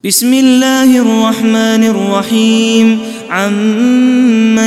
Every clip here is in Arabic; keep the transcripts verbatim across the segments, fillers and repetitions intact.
بسم الله الرحمن الرحيم عم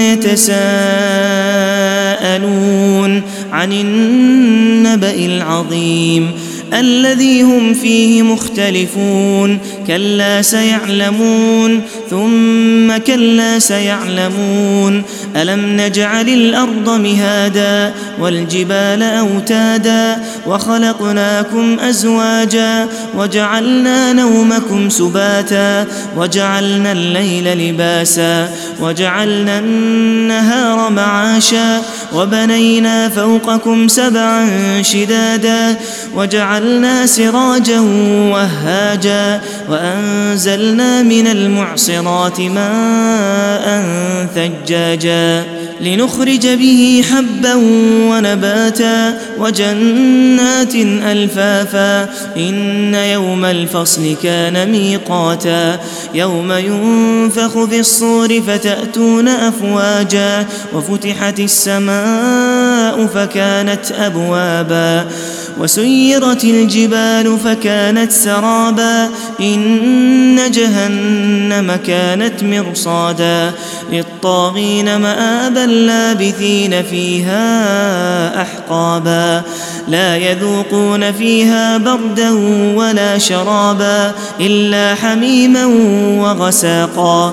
يتساءلون عن النبأ العظيم الذي هم فيه مختلفون كلا سيعلمون ثم كلا سيعلمون ألم نجعل الأرض مهادا والجبال أوتادا وخلقناكم أزواجا وجعلنا نومكم سباتا وجعلنا الليل لباسا وجعلنا النهار معاشا وبنينا فوقكم سبعا شدادا وجعلنا سراجا وهاجا وأنزلنا من المعصرات ماء ثجاجا لنخرج به حبا ونباتا وجنات ألفافا إن يوم الفصل كان ميقاتا يوم ينفخ في الصور فتأتون أفواجا وفتحت السماء فكانت أبوابا وسيرت الجبال فكانت سرابا إن جهنم كانت مرصادا للطاغين مآبا لابثين فيها أحقابا لا يذوقون فيها بردا ولا شرابا إلا حميما وغساقا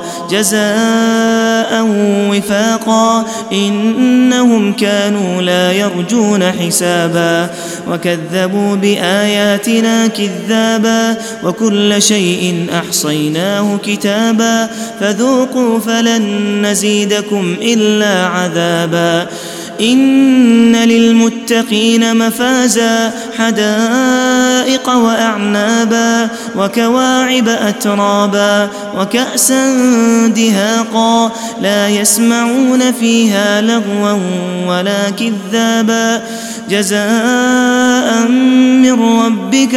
جزاء وفاقا إنهم كانوا لا يرجون حسابا وكذبوا بآياتنا كذابا وكل شيء أحصيناه كتابا فذوقوا فلن نزيدكم إلا عذابا إن للمتقين مفازا حدائق وأعنابا وكواعب أترابا وكأسا دهاقا لا يسمعون فيها لغوا ولا كذابا جزاء من ربك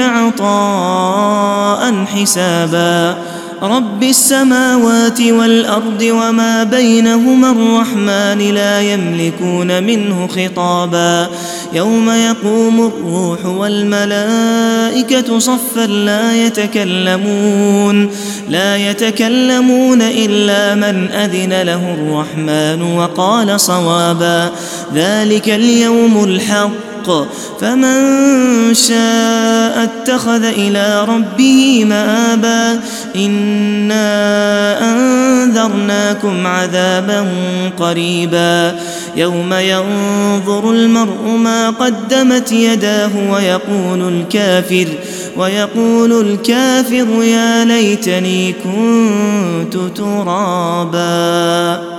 عطاء حسابا رب السماوات والأرض وما بينهما الرحمن لا يملكون منه خطابا يوم يقوم الروح والملائكة صفا لا يتكلمون لا يتكلمون إلا من أذن له الرحمن وقال صوابا ذلك اليوم الحق فمن شاء اتخذ إلى ربه مآبا إنا أنذرناكم عذابا قريبا يوم ينظر المرء ما قدمت يداه ويقول الكافر ويقول الكافر يا ليتني كنت ترابا.